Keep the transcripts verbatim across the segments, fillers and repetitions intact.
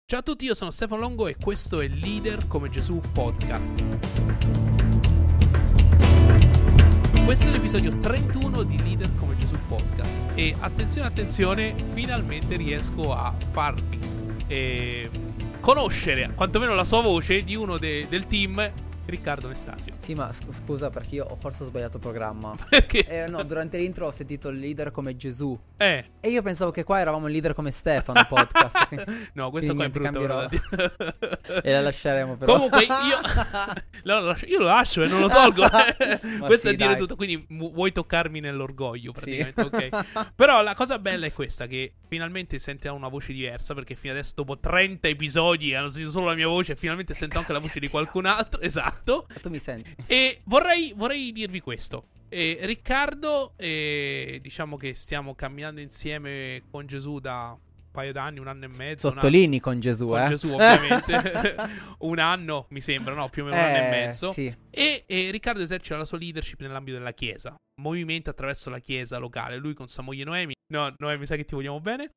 Ciao a tutti, io sono Stefano Longo e questo è Leader come Gesù Podcast. Questo è l'episodio trentuno di Leader come Gesù Podcast e attenzione, attenzione, finalmente riesco a farvi eh, conoscere quantomeno la sua voce di uno de- del team, Riccardo Nestasio. Sì, ma sc- scusa perché io ho forse sbagliato programma. Perché? Eh, no, durante l'intro ho sentito il leader come Gesù. Eh. E io pensavo che qua eravamo il leader come Stefano podcast. quindi- No, questo qua è quindi brutto. niente, però. E la lasceremo però. Comunque io no, lo lascio, io lo lascio e non lo tolgo. Questo sì, è dire dai. tutto. Quindi mu- vuoi toccarmi nell'orgoglio praticamente, Sì. ok. Però la cosa bella è questa, che finalmente sentiamo una voce diversa, perché fino adesso dopo trenta episodi hanno sentito solo la mia voce e finalmente sento anche la voce di qualcun altro. Esatto. Tu mi senti? E vorrei, vorrei dirvi questo. Eh, Riccardo, eh, diciamo che stiamo camminando insieme con Gesù da un paio d'anni, un anno e mezzo. un anno- Sottolinei con Gesù, con eh. Gesù ovviamente. Un anno mi sembra, no, più o meno un anno e Eh, mezzo. Sì. E, e Riccardo esercita la sua leadership nell'ambito della chiesa, movimento attraverso la chiesa locale. Lui con sua moglie Noemi. No, Noemi, sai che ti vogliamo bene.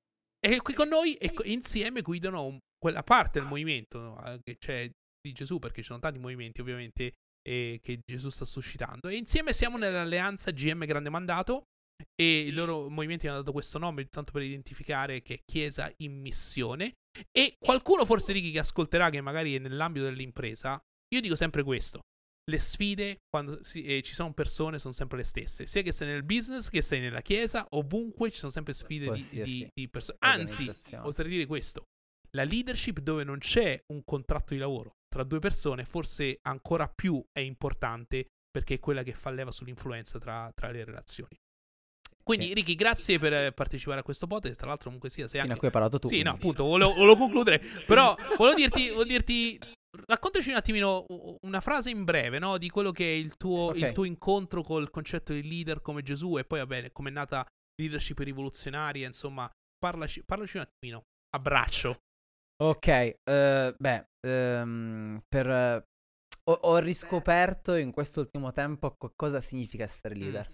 E qui con noi e co- insieme guidano un- quella parte del movimento, no, eh, che c'è di Gesù, perché ci sono tanti movimenti ovviamente eh, che Gesù sta suscitando. E insieme siamo nell'alleanza G M Grande Mandato. E il loro movimento gli hanno dato questo nome tanto per identificare che è Chiesa in missione. E qualcuno forse Ricky che ascolterà, che magari è nell'ambito dell'impresa, io dico sempre questo: le sfide quando si, eh, ci sono persone sono sempre le stesse, sia che sei nel business che sei nella chiesa, ovunque ci sono sempre sfide di, Qualsiasi di, di persone. Anzi, organizzazione. oserei dire questo: la leadership dove non c'è un contratto di lavoro tra due persone forse ancora più è importante, perché è quella che fa leva sull'influenza tra, tra le relazioni. Quindi, Sì. Ricky, grazie per eh, partecipare a questo podcast. Tra l'altro, comunque sia, sei Fino anche... a cui hai parlato tu. Sì, no, quindi. appunto, volevo, volevo concludere. Però, volevo dirti, volevo dirti... Raccontaci un attimino una frase in breve, no? Di quello che è il tuo, Ok. il tuo incontro col concetto di leader come Gesù. E poi, vabbè, come è nata leadership rivoluzionaria. Insomma, parlaci, parlaci un attimino. Abbraccio. Ok, eh, beh, ehm, per, eh, ho, ho riscoperto in quest'ultimo tempo co- cosa significa essere leader.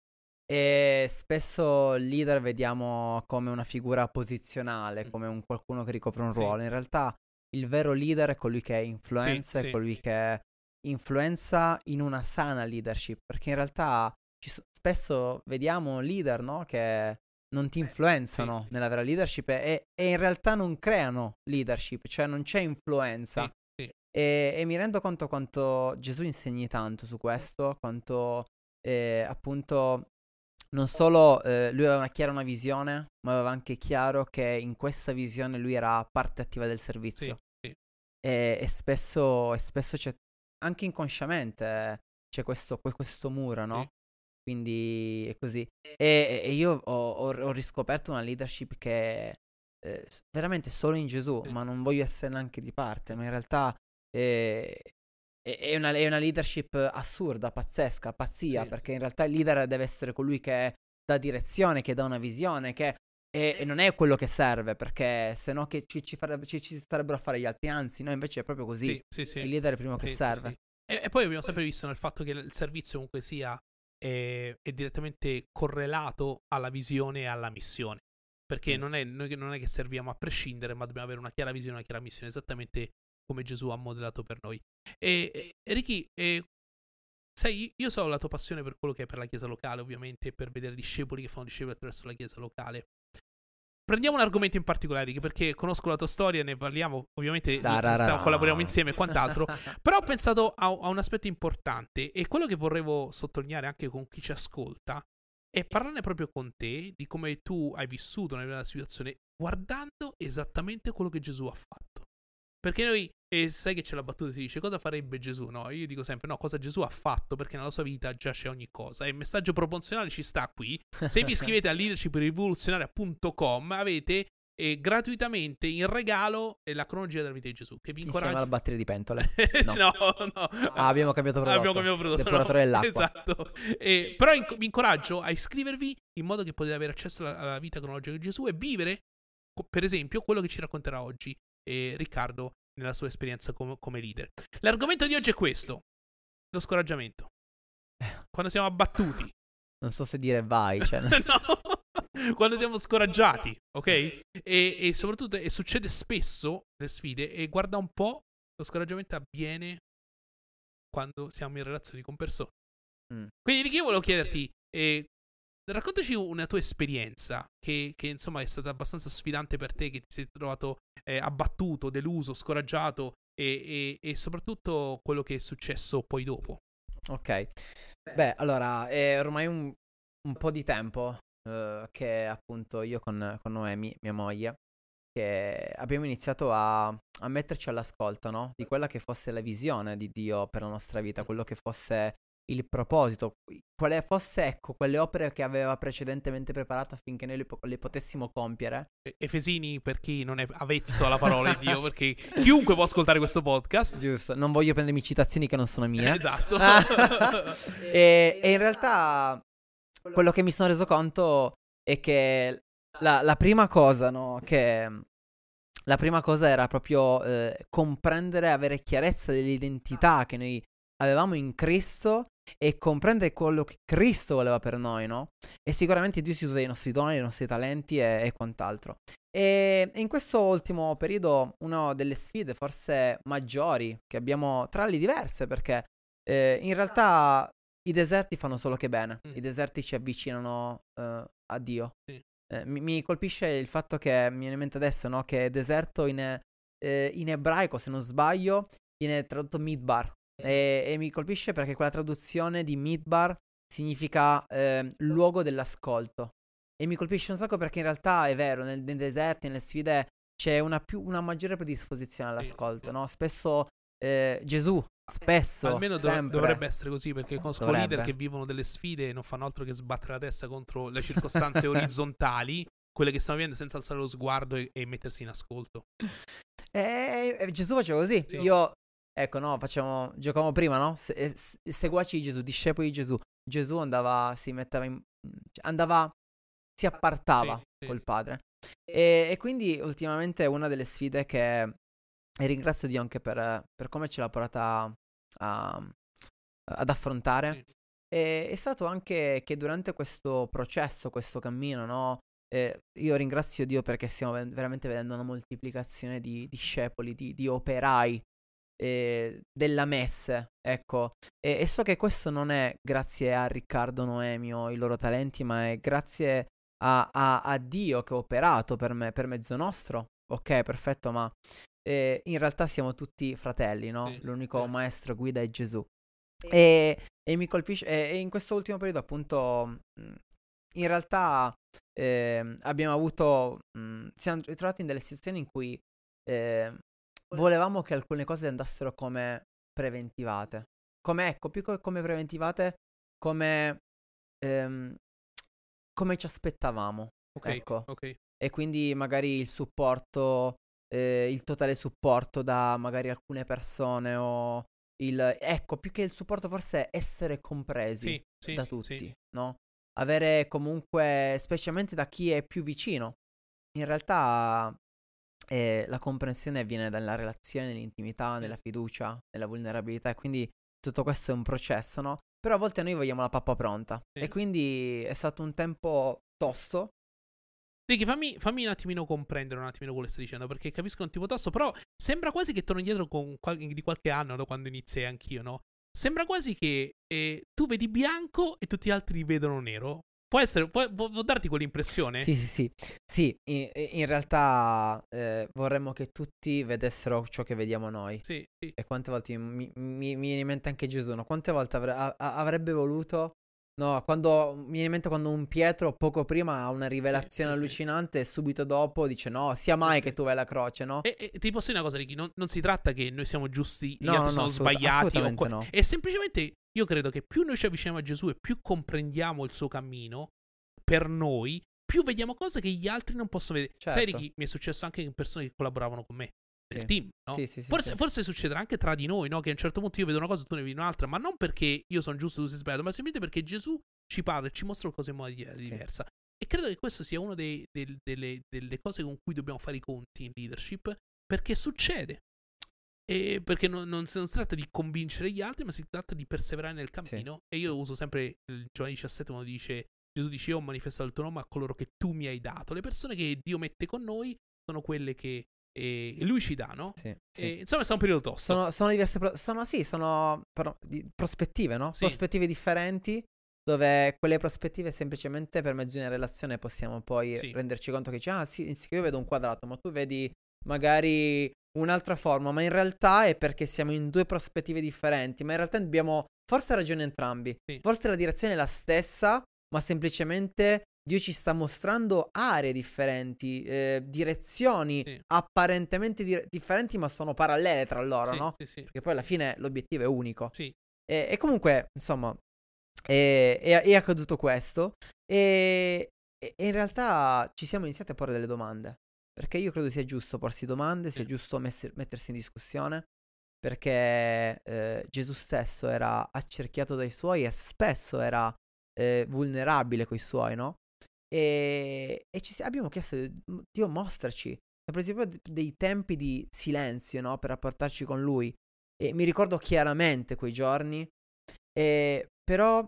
E spesso il leader vediamo come una figura posizionale, Mm. come un qualcuno che ricopre un Sì. ruolo. In realtà il vero leader è colui che influenza, Sì, è sì, colui sì. che influenza in una sana leadership. Perché in realtà ci so- spesso vediamo leader, no, che non ti influenzano sì. nella vera leadership e, e in realtà non creano leadership, cioè non c'è influenza. Sì, sì. E, e mi rendo conto quanto Gesù insegni tanto su questo, quanto eh, appunto non solo eh, lui aveva chiara una visione, ma aveva anche chiaro che in questa visione lui era parte attiva del servizio. Sì, sì. E, e spesso, e spesso c'è, anche inconsciamente, eh, c'è questo, que- questo muro, no? Sì. Quindi è così. E, e io ho, ho- ho riscoperto una leadership che è s- veramente solo in Gesù, Sì. ma non voglio essere neanche di parte, ma in realtà è, è- è una, è una leadership assurda, pazzesca, pazzia, Sì. perché in realtà il leader deve essere colui che dà direzione, che dà una visione, che e, e non è quello che serve, perché se no che ci, ci, farebbe, ci, ci starebbero a fare gli altri, anzi, no, invece è proprio così. Sì, sì, sì. Il leader è il primo Sì, che sì, serve. sì. E, e poi abbiamo sempre visto nel fatto che il servizio comunque sia eh, è direttamente correlato alla visione e alla missione. Perché Mm. non è, noi che- non è che serviamo a prescindere, ma dobbiamo avere una chiara visione, una chiara missione, esattamente come Gesù ha modellato per noi. E, e Ricky, eh, sai, io so la tua passione per quello che è per la chiesa locale, ovviamente, per vedere discepoli che fanno discepoli attraverso la chiesa locale. Prendiamo un argomento in particolare, Ricky, perché conosco la tua storia, ne parliamo, ovviamente Da, ra, ra, stiamo- ra. collaboriamo insieme e quant'altro. Però ho pensato a, a un aspetto importante, e quello che vorrevo sottolineare anche con chi ci ascolta è parlarne proprio con te di come tu hai vissuto nella situazione, guardando esattamente quello che Gesù ha fatto. Perché noi, eh, sai che c'è la battuta, si dice cosa farebbe Gesù? No, io dico sempre no, cosa Gesù ha fatto, perché nella sua vita già c'è ogni cosa. E il messaggio proporzionale ci sta qui. Se vi iscrivete a leadership rivoluzionaria punto com avete eh, gratuitamente in regalo eh, la cronologia della vita di Gesù, che vi Insieme incoraggia. alla batteria di pentole. no, No. no. Ah, abbiamo cambiato prodotto. Abbiamo cambiato prodotto. Depuratore no. dell'acqua. Esatto. Eh, però inc- vi incoraggio a iscrivervi in modo che potete avere accesso alla, alla vita cronologica di Gesù e vivere, co- per esempio, quello che ci racconterà oggi eh, Riccardo nella sua esperienza com- come leader. L'argomento di oggi è questo: lo scoraggiamento. Quando siamo abbattuti. Non so se dire vai, cioè. No. quando siamo scoraggiati, ok? E, e soprattutto, e succede spesso le sfide, e guarda un po', lo scoraggiamento avviene quando siamo in relazioni con persone. Mm. Quindi Ricky, io volevo chiederti, eh, raccontaci una tua esperienza che, che insomma è stata abbastanza sfidante per te, che ti sei trovato eh, abbattuto, deluso, scoraggiato, e, e, e soprattutto quello che è successo poi dopo. Ok, beh, allora, è ormai un, un po' di tempo eh, che appunto io con, con Noemi, mia moglie, che abbiamo iniziato a, a metterci all'ascolto, no? Di quella che fosse la visione di Dio per la nostra vita, quello che fosse il proposito, quale fosse, ecco, quelle opere che aveva precedentemente preparato affinché noi le, po- le potessimo compiere. E- Efesini, per chi non è avvezzo alla parola di Dio, perché chiunque può ascoltare questo podcast. Giusto, non voglio prendermi citazioni che non sono mie. Esatto. e, e in realtà quello che mi sono reso conto è che la, la prima cosa, no, che la prima cosa era proprio eh, comprendere, avere chiarezza dell'identità che noi avevamo in Cristo e comprendere quello che Cristo voleva per noi, no? E sicuramente Dio si usa i nostri doni, i nostri talenti e, e quant'altro. E, e in questo ultimo periodo una delle sfide forse maggiori che abbiamo, tra le diverse, perché eh, in realtà i deserti fanno solo che bene, Mm. i deserti ci avvicinano eh, a Dio. Sì. Eh, mi, mi colpisce il fatto che mi viene in mente adesso, no? Che deserto in, eh, in ebraico, se non sbaglio, viene tradotto midbar. E, e mi colpisce perché quella traduzione di midbar significa eh, luogo dell'ascolto. E mi colpisce un sacco perché in realtà è vero, nel, nei deserti, nelle sfide c'è una, più, una maggiore predisposizione all'ascolto, sì. no? Spesso eh, Gesù, spesso, Almeno dov- sempre, dovrebbe essere così, perché conosco Dovrebbe. leader che vivono delle sfide e non fanno altro che sbattere la testa contro le circostanze orizzontali, quelle che stanno vivendo, senza alzare lo sguardo e, e mettersi in ascolto. E, e Gesù faceva così. Sì. Io, ecco, no, facciamo, giocavamo prima, no? Se, se, seguaci di Gesù, discepoli di Gesù. Gesù andava, si metteva in, andava, si appartava Sì, sì. col Padre. E, e quindi ultimamente una delle sfide che, e ringrazio Dio anche per, per come ce l'ha portata a, ad affrontare, Sì. è, è stato anche che durante questo processo, questo cammino, no? Eh, io ringrazio Dio perché stiamo ve- veramente vedendo una moltiplicazione di discepoli, di, di operai eh, della messe, ecco. E, e so che questo non è grazie a Riccardo, Noemi o i loro talenti, ma è grazie a, a- a Dio che ha operato per me, per mezzo nostro. Ok, perfetto, ma eh, in realtà siamo tutti fratelli, no? Sì, L'unico sì. maestro guida è Gesù. E, e mi colpisce, e, e in questo ultimo periodo appunto, mh, in realtà eh, abbiamo avuto, mh, siamo ritrovati in delle situazioni in cui eh, volevamo che alcune cose andassero come preventivate. Come, ecco, più che come preventivate, come, ehm, come ci aspettavamo. Ok, Ecco. ok. E quindi magari il supporto, eh, il totale supporto da magari alcune persone o il... Ecco, più che il supporto forse essere compresi Sì, sì, da sì, tutti, sì. no? Avere comunque, specialmente da chi è più vicino. In realtà eh, la comprensione avviene dalla relazione, nell'intimità, nella fiducia, nella vulnerabilità e quindi tutto questo è un processo, no? Però a volte noi vogliamo la pappa pronta Sì. e quindi è stato un tempo tosto. Ricky, fammi, fammi un attimino comprendere un attimino quello che stai dicendo, perché capisco un tipo tosto, però sembra quasi che torno indietro con qual- di qualche anno, da quando iniziai anch'io, no? Sembra quasi che eh, tu vedi bianco e tutti gli altri vedono nero. Può essere, può, può- può darti quell'impressione? Sì, sì, sì. Sì, in, in realtà eh, vorremmo che tutti vedessero ciò che vediamo noi. Sì, sì. E quante volte mi, mi- mi viene in mente anche Gesù, no? Quante volte avre- a- a- avrebbe voluto, no? Quando mi viene in mente quando un Pietro poco prima ha una rivelazione sì, sì. allucinante e subito dopo dice no, sia mai Sì, che sì. tu vai alla croce, no? E, e ti posso dire una cosa, Ricky, non, non si tratta che noi siamo giusti e gli No, altri no, sono no, assolut- sbagliati. O assolutamente qua- no. È semplicemente, io credo che più noi ci avviciniamo a Gesù e più comprendiamo il suo cammino per noi, più vediamo cose che gli altri non possono vedere. Certo. Sai, Ricky, mi è successo anche con persone che collaboravano con me, del Sì. team, no? Sì, sì, sì, forse, sì. forse succederà anche tra di noi, no? Che a un certo punto io vedo una cosa e tu ne vedi un'altra, ma non perché io sono giusto e tu sei sbagliato, ma semplicemente perché Gesù ci parla e ci mostra cose in modo di- diversa. E credo che questo sia una dei- del- delle, delle cose con cui dobbiamo fare i conti in leadership, perché succede. E perché non, non si non si tratta di convincere gli altri, ma si tratta di perseverare nel cammino. E io uso sempre il Giovanni diciassette quando dice Gesù dice: io ho manifestato il tuo nome a coloro che tu mi hai dato. Le persone che Dio mette con noi sono quelle che eh, lui ci dà, no? Sì, sì. E, insomma, è un periodo tosto. Sono, sono diverse, pro- sono sì, sono però, di- prospettive, no? Sì. Prospettive differenti, dove quelle prospettive semplicemente per mezzo di una relazione possiamo poi Sì. renderci conto che dici, ah sì, sì, io vedo un quadrato, ma tu vedi magari un'altra forma, ma in realtà è perché siamo in due prospettive differenti, ma in realtà abbiamo forse ragione entrambi, Sì. forse la direzione è la stessa, ma semplicemente Dio ci sta mostrando aree differenti, eh, direzioni Sì. apparentemente di- differenti, ma sono parallele tra loro, Sì, no? sì, sì. Perché poi alla fine l'obiettivo è unico. Sì. E, e comunque, insomma, è, è- è accaduto questo. E, e- e in realtà ci siamo iniziati a porre delle domande. Perché io credo sia giusto porsi domande, sia Sì. giusto messer- mettersi in discussione. Perché eh, Gesù stesso era accerchiato dai suoi e spesso era eh, vulnerabile coi suoi, no? E, e ci si- abbiamo chiesto, Dio mostraci. Ha preso proprio de- dei tempi di silenzio, no? Per rapportarci con Lui. E mi ricordo chiaramente quei giorni. E, però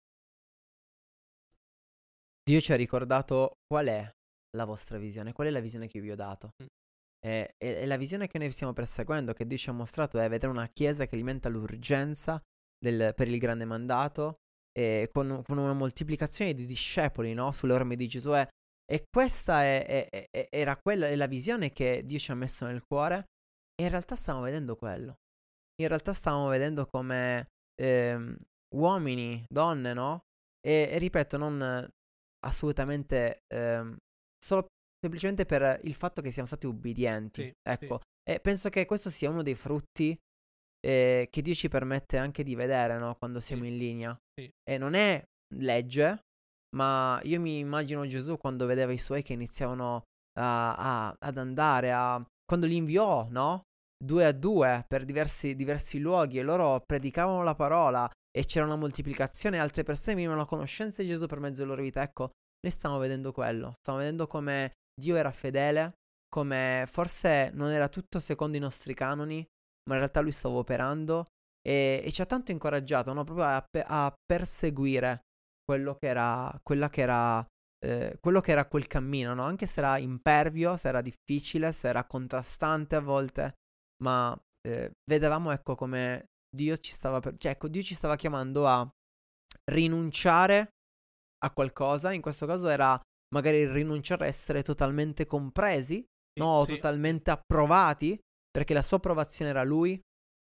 Dio ci ha ricordato qual è la vostra visione, qual è la visione che io vi ho dato. Mm. E, e- e la visione che noi stiamo perseguendo, che Dio ci ha mostrato, è vedere una chiesa che alimenta l'urgenza del- per il grande mandato, e con, con una moltiplicazione di discepoli, no? Sulle orme di Gesù. E, e questa è- è- è- era quella, è la visione che Dio ci ha messo nel cuore. E in realtà stiamo vedendo quello. In realtà stavamo vedendo come ehm, uomini, donne, no? E, e ripeto, non eh, assolutamente ehm, solo semplicemente per il fatto che siamo stati ubbidienti. Sì, Ecco, e penso che questo sia uno dei frutti eh, che Dio ci permette anche di vedere, no? Quando siamo sì, in linea. sì. E non è legge, ma io mi immagino Gesù quando vedeva i suoi che iniziavano a- a- ad andare a... quando li inviò, no? Due a due per diversi, diversi luoghi e loro predicavano la parola e c'era una moltiplicazione, altre persone venivano a conoscenza di Gesù per mezzo della loro vita. Ecco, noi stiamo vedendo quello, stiamo vedendo come Dio era fedele, come forse non era tutto secondo i nostri canoni, ma in realtà lui stava operando e, e ci ha tanto incoraggiato, no? Proprio a, pe- a perseguire quello che era, quella che era, eh, quello che era quel cammino, no? Anche se era impervio, se era difficile, se era contrastante a volte, ma eh, vedevamo, ecco, come Dio ci stava, per- cioè, ecco, Dio ci stava chiamando a rinunciare a qualcosa, in questo caso era magari rinunciare a essere totalmente compresi, no? O Sì, totalmente approvati, perché la sua approvazione era lui,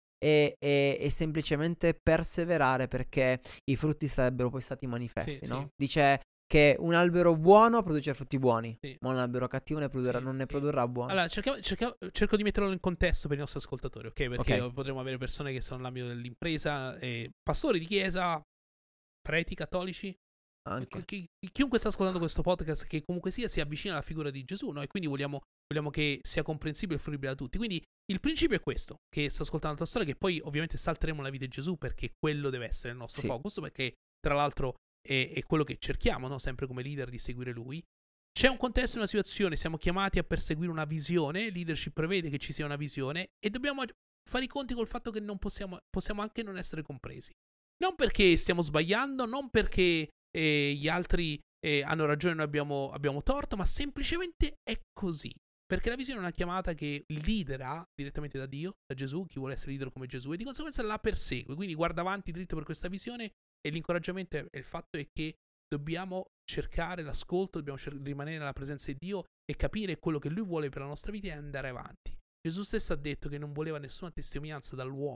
e, e- e semplicemente perseverare perché i frutti sarebbero poi stati manifesti, sì, no? sì, Dice che un albero buono produce frutti buoni, sì, ma un albero cattivo ne produrrà- sì, non ne sì. produrrà buoni. Allora, cerchiamo- cerchiamo- cerco di metterlo in contesto per i nostri ascoltatori, ok? Perché Ok. potremmo avere persone che sono nell'ambito dell'impresa, eh, pastori di chiesa, preti cattolici, chi- Anche. chi- chiunque sta ascoltando questo podcast, che comunque sia, si avvicina alla figura di Gesù, no? E quindi vogliamo, vogliamo che sia comprensibile e fruibile da tutti. Quindi il principio è questo, che sto ascoltando la tua storia, che poi ovviamente salteremo la vita di Gesù perché quello deve essere il nostro Sì. focus, perché tra l'altro è, è quello che cerchiamo, no? Sempre come leader, di seguire lui. C'è un contesto, una situazione, siamo chiamati a perseguire una visione, leadership prevede che ci sia una visione e dobbiamo fare i conti col fatto che non possiamo, possiamo anche non essere compresi. Non perché stiamo sbagliando, non perché eh, gli altri eh, hanno ragione e noi abbiamo, abbiamo torto, ma semplicemente è così. Perché la visione è una chiamata che il leader ha direttamente da Dio, da Gesù, chi vuole essere leader come Gesù, e di conseguenza la persegue. Quindi guarda avanti dritto per questa visione e l'incoraggiamento è, è il fatto è che dobbiamo cercare l'ascolto, dobbiamo cer- rimanere nella presenza di Dio e capire quello che Lui vuole per la nostra vita e andare avanti. Gesù stesso ha detto che non voleva nessuna testimonianza dall'uomo,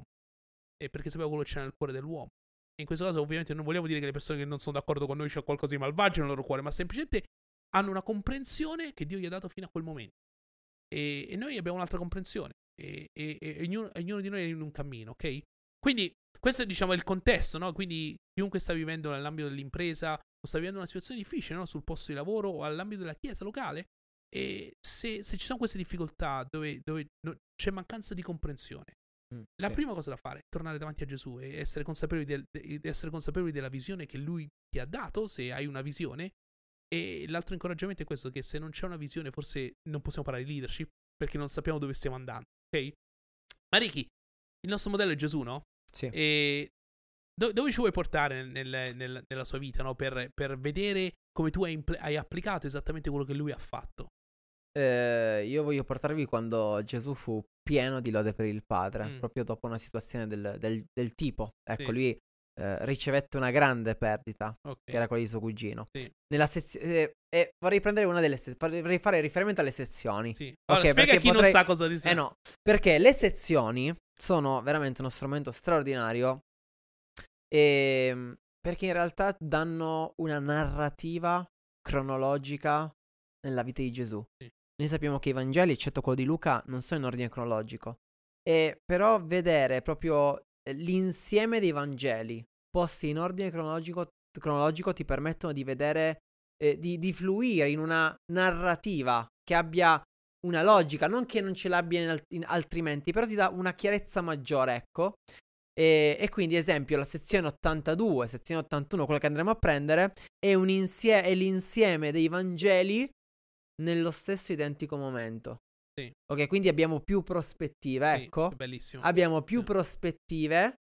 e perché sapeva quello che c'era nel cuore dell'uomo. E in questo caso ovviamente non vogliamo dire che le persone che non sono d'accordo con noi c'è qualcosa di malvagio nel loro cuore, ma semplicemente hanno una comprensione che Dio gli ha dato fino a quel momento. E, e noi abbiamo un'altra comprensione. E, e, e ognuno, ognuno di noi è in un cammino, ok? Quindi questo è, diciamo, il contesto, no? Quindi chiunque sta vivendo nell'ambito dell'impresa o sta vivendo una situazione difficile, no? Sul posto di lavoro o all'ambito della chiesa locale, e se, se ci sono queste difficoltà dove, dove no, c'è mancanza di comprensione, Mm, la sì. prima cosa da fare è tornare davanti a Gesù e essere consapevoli, del, de, essere consapevoli della visione che Lui ti ha dato, se hai una visione. E l'altro incoraggiamento è questo, che se non c'è una visione forse non possiamo parlare di leadership, perché non sappiamo dove stiamo andando, ok? Ma Ricky, il nostro modello è Gesù, no? Sì. E Do- dove ci vuoi portare nel- nel- nella sua vita, no? Per, per vedere come tu hai, impl- hai applicato esattamente quello che lui ha fatto. Eh, io voglio portarvi quando Gesù fu pieno di lode per il Padre, Mm, proprio dopo una situazione del, del- del tipo. Ecco, sì, lui eh, ricevette una grande perdita, che ok, era quella di suo cugino. sì, Nella sezione... eh, e vorrei prendere una delle sezioni, vorrei fare riferimento alle sezioni. sì. Allora, Ok, spiega a perché chi non potrei... sa cosa ti sa. Eh no, perché le sezioni sono veramente uno strumento straordinario. E, perché in realtà danno una narrativa cronologica nella vita di Gesù. Sì, Noi sappiamo che i Vangeli, eccetto quello di Luca, non sono in ordine cronologico. E però vedere proprio eh, l'insieme dei Vangeli posti in ordine cronologico, cronologico ti permettono di vedere, eh, di, di fluire in una narrativa che abbia una logica, non che non ce l'abbia in, alt- in altrimenti, però ti dà una chiarezza maggiore, ecco. E, e quindi, esempio, la sezione ottantadue, sezione ottantuno, quella che andremo a prendere, è, un insie- è l'insieme dei Vangeli nello stesso identico momento. sì, Ok, quindi abbiamo più prospettive, sì, ecco. è bellissimo. Abbiamo più Sì. prospettive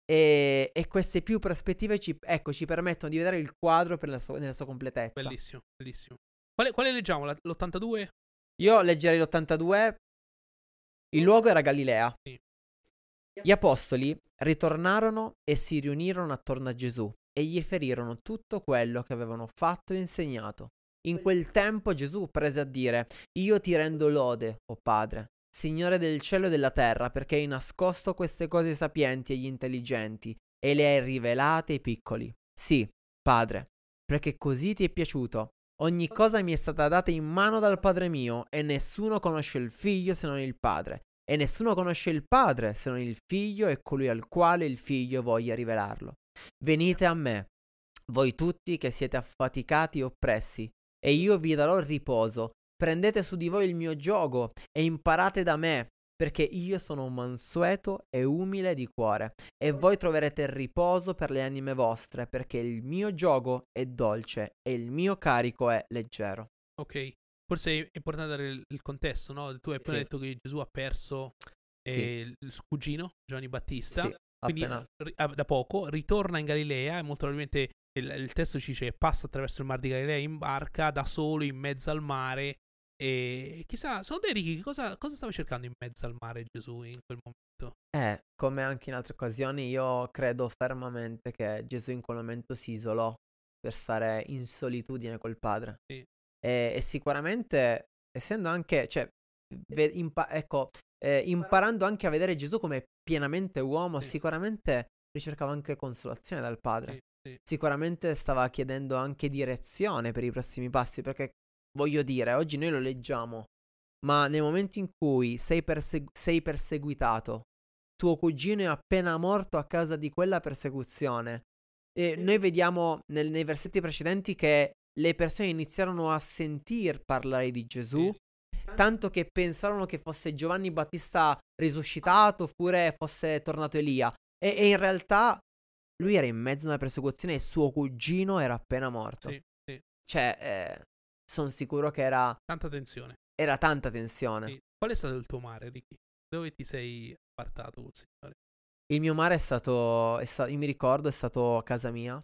e, e queste più prospettive ci, ecco, ci permettono di vedere il quadro per la sua- nella sua completezza. Bellissimo, bellissimo. Quale, quale leggiamo? La- L'ottantadue? Io leggerei l'ottantadue. Il luogo era Galilea. Sì. Gli apostoli ritornarono e si riunirono attorno a Gesù e gli ferirono tutto quello che avevano fatto e insegnato. In quel tempo Gesù prese a dire: Io ti rendo lode, o Padre, Signore del cielo e della terra, perché hai nascosto queste cose ai sapienti e agli intelligenti e le hai rivelate ai piccoli. Sì, Padre, perché così ti è piaciuto. Ogni cosa mi è stata data in mano dal Padre mio e nessuno conosce il Figlio se non il Padre. E nessuno conosce il Padre se non il Figlio e colui al quale il Figlio voglia rivelarlo. Venite a me, voi tutti che siete affaticati e oppressi, e io vi darò riposo. Prendete su di voi il mio giogo e imparate da me, perché io sono mansueto e umile di cuore, e voi troverete riposo per le anime vostre, perché il mio giogo è dolce e il mio carico è leggero. Ok. Forse è importante dare il, il contesto, no? Tu hai appena Sì, detto che Gesù ha perso sì, eh, il il suo cugino, Giovanni Battista. sì, Quindi appena. eh, ri- ah, da poco ritorna in Galilea e molto probabilmente il, il testo ci dice che passa attraverso il mar di Galilea in barca da solo in mezzo al mare. E chissà, secondo te, Ricky, che cosa, cosa stava cercando in mezzo al mare Gesù in quel momento? Eh, come anche in altre occasioni, io credo fermamente che Gesù in quel momento si isolò per stare in solitudine col Padre. Sì, E, e sicuramente, essendo anche, cioè, ve- impa- ecco, eh, imparando anche a vedere Gesù come pienamente uomo, sì, sicuramente ricercava anche consolazione dal Padre. sì, sì, Sicuramente stava chiedendo anche direzione per i prossimi passi, perché voglio dire, oggi noi lo leggiamo, ma nel momento in cui sei, persegu- sei perseguitato, tuo cugino è appena morto a causa di quella persecuzione, e noi vediamo nel- nei versetti precedenti che le persone iniziarono a sentir parlare di Gesù, sì, tanto che pensarono che fosse Giovanni Battista risuscitato oppure fosse tornato Elia. E, e in realtà lui era in mezzo a una persecuzione e suo cugino era appena morto. sì, sì. Cioè, eh, sono sicuro che era, Tanta tensione. era tanta tensione. Sì. Qual è stato il tuo mare, Ricky? Dove ti sei appartato col Signore? Il mio mare è stato, è sta- io mi ricordo, è stato a casa mia.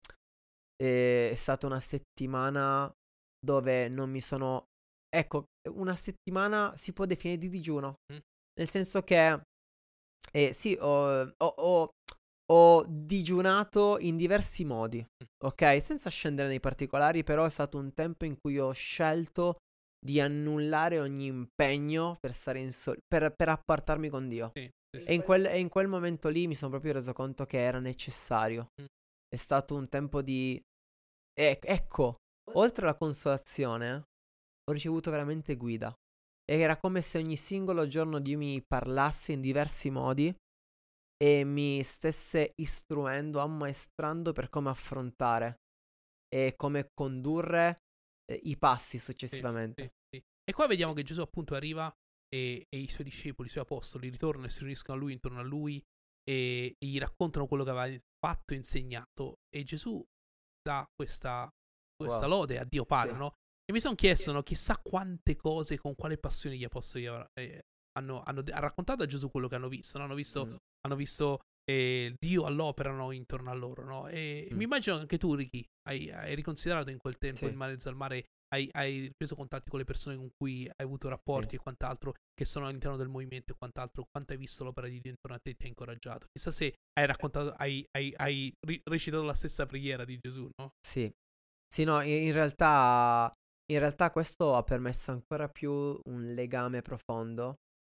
E è stata una settimana dove non mi sono... Ecco, una settimana si può definire di digiuno. Mm? Nel senso che, eh, sì, ho, ho- ho- ho digiunato in diversi modi, ok? Senza scendere nei particolari, però è stato un tempo in cui ho scelto di annullare ogni impegno per stare in sol- per, per appartarmi con Dio. Sì, sì, sì. E in quel, e in quel momento lì mi sono proprio reso conto che era necessario. Mm. È stato un tempo di... e- ecco, oltre alla consolazione, ho ricevuto veramente guida. E era come se ogni singolo giorno Dio mi parlasse in diversi modi e mi stesse istruendo, ammaestrando per come affrontare e come condurre eh, i passi Sì, successivamente. sì, sì. E qua vediamo che Gesù appunto arriva e, e i suoi discepoli, i suoi apostoli ritornano e si riuniscono a lui, intorno a lui e, e gli raccontano quello che aveva fatto e insegnato. E Gesù dà questa, questa Wow. lode a Dio Padre, Sì. no? E mi sono chiesto, no, chissà quante cose, con quale passione gli apostoli eh, hanno, hanno de- ha raccontato a Gesù quello che hanno visto, no? Hanno visto, Mm. hanno visto e Dio all'opera, no, intorno a loro, no? E Mm. mi immagino che anche tu, Ricky, hai, hai riconsiderato in quel tempo Sì. in mezzo al mare, hai, hai preso contatti con le persone con cui hai avuto rapporti Sì. e quant'altro, che sono all'interno del movimento e quant'altro, quanto hai visto l'opera di Dio intorno a te e ti ha incoraggiato. Chissà se hai raccontato, hai, hai, hai ri- recitato la stessa preghiera di Gesù, no? Sì, sì, no, in, in realtà, in realtà questo ha permesso ancora più un legame profondo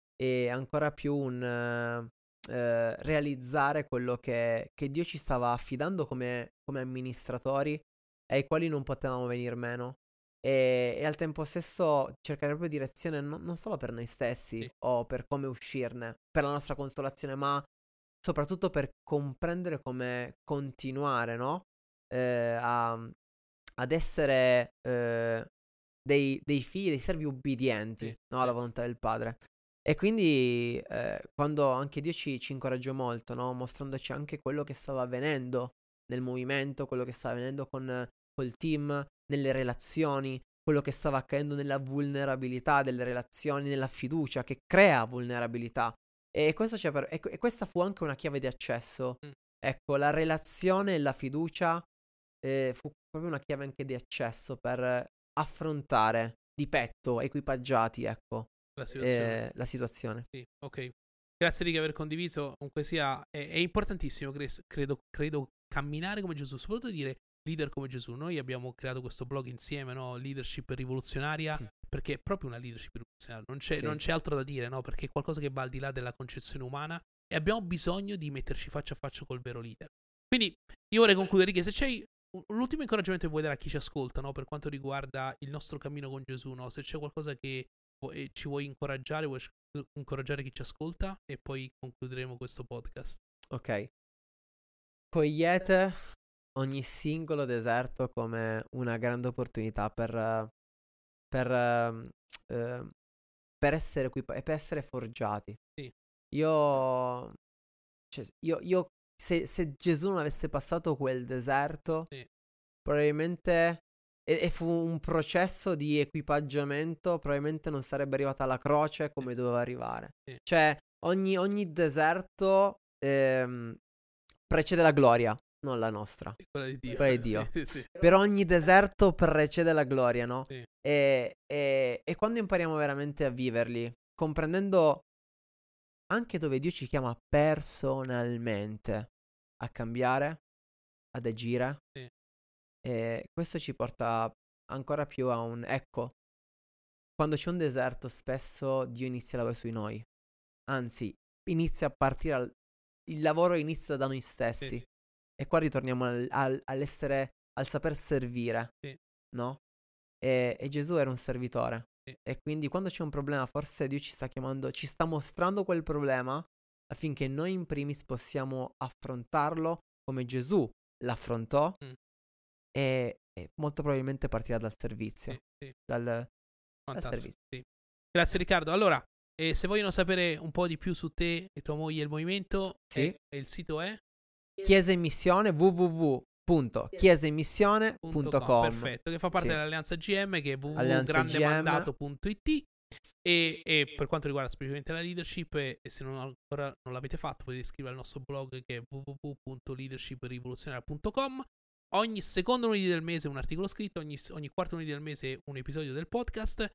e ancora più un eh, eh, realizzare quello che, che Dio ci stava affidando come, come amministratori e ai quali non potevamo venir meno. E, e al tempo stesso cercare proprio direzione non, non solo per noi stessi Sì. o per come uscirne, per la nostra consolazione, ma soprattutto per comprendere come continuare, no? Eh, a, ad essere eh, dei, dei figli, dei servi ubbidienti, Sì, no? sì. Alla volontà del Padre. E quindi eh, quando anche Dio ci, ci incoraggiò molto, no? Mostrandoci anche quello che stava avvenendo nel movimento, quello che stava avvenendo con col team, nelle relazioni, quello che stava accadendo nella vulnerabilità delle relazioni, nella fiducia che crea vulnerabilità. E, questo c'è per, e, e questa fu anche una chiave di accesso. Mm. Ecco, la relazione e la fiducia eh, fu proprio una chiave anche di accesso per affrontare di petto, equipaggiati, ecco, La situazione. eh, la situazione. Sì, ok. Grazie di aver condiviso. Comunque sia, è, è importantissimo, cre- credo, credo, camminare come Gesù, soprattutto dire leader come Gesù. Noi abbiamo creato questo blog insieme, no? Leadership rivoluzionaria, Mm. perché è proprio una leadership rivoluzionaria. Non c'è, Sì. non c'è altro da dire, no? Perché è qualcosa che va al di là della concezione umana e abbiamo bisogno di metterci faccia a faccia col vero leader. Quindi io vorrei concludere, che se c'hai l'ultimo incoraggiamento che vuoi dare a chi ci ascolta, no? Per quanto riguarda il nostro cammino con Gesù, no? Se c'è qualcosa che e ci vuoi incoraggiare, vuoi incoraggiare chi ci ascolta, e poi concluderemo questo podcast. Ok. Cogliete ogni singolo deserto come una grande opportunità per, per, uh, uh, per essere qui e per essere forgiati. Sì. Io, cioè, io, io se, se Gesù non avesse passato quel deserto, sì. probabilmente e, e fu un processo di equipaggiamento, probabilmente non sarebbe arrivata alla croce come sì. doveva arrivare. Sì. Cioè, ogni, ogni deserto ehm, precede la gloria, non la nostra. Sì, quella di Dio. Quella di Dio. Sì, sì. Per ogni deserto precede la gloria, no? Sì. E, e, e quando impariamo veramente a viverli, comprendendo anche dove Dio ci chiama personalmente a cambiare, ad agire, sì. e questo ci porta ancora più a un ecco, quando c'è un deserto spesso Dio inizia a lavorare su di noi, anzi inizia a partire al, il lavoro inizia da noi stessi, sì. e qua ritorniamo al, al, all'essere, al saper servire, sì. no? E, e Gesù era un servitore, sì. e quindi quando c'è un problema forse Dio ci sta chiamando, ci sta mostrando quel problema affinché noi in primis possiamo affrontarlo come Gesù l'affrontò. Mm. E, e molto probabilmente partirà dal servizio. Sì, sì. Dal, dal Fantastico. servizio. Sì. Grazie Riccardo. Allora, eh, se vogliono sapere un po' di più su te e tua moglie e il movimento, sì. eh, il sito è Chiesa in Missione, w w w punto chiesa in missione punto com. Perfetto, che fa parte sì. dell'Alleanza G M, che è w w w punto Alleanza grande mandato punto i t. E, e per quanto riguarda specificamente la leadership, e se non ancora non l'avete fatto, potete iscrivervi al nostro blog, che è w w w punto leadership rivoluzionaria punto com. Ogni secondo lunedì del mese un articolo scritto, ogni, ogni quarto lunedì del mese un episodio del podcast,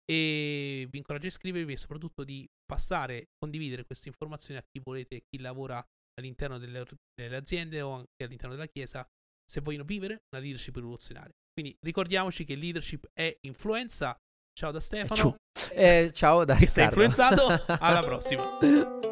e vi incoraggio a iscrivervi e soprattutto di passare, condividere queste informazioni a chi volete, chi lavora all'interno delle, delle aziende o anche all'interno della Chiesa, se vogliono vivere una leadership rivoluzionaria. Quindi ricordiamoci che leadership è influenza. Ciao da Stefano. Eh, ciao da Riccardo. Che sei influenzato. Alla prossima.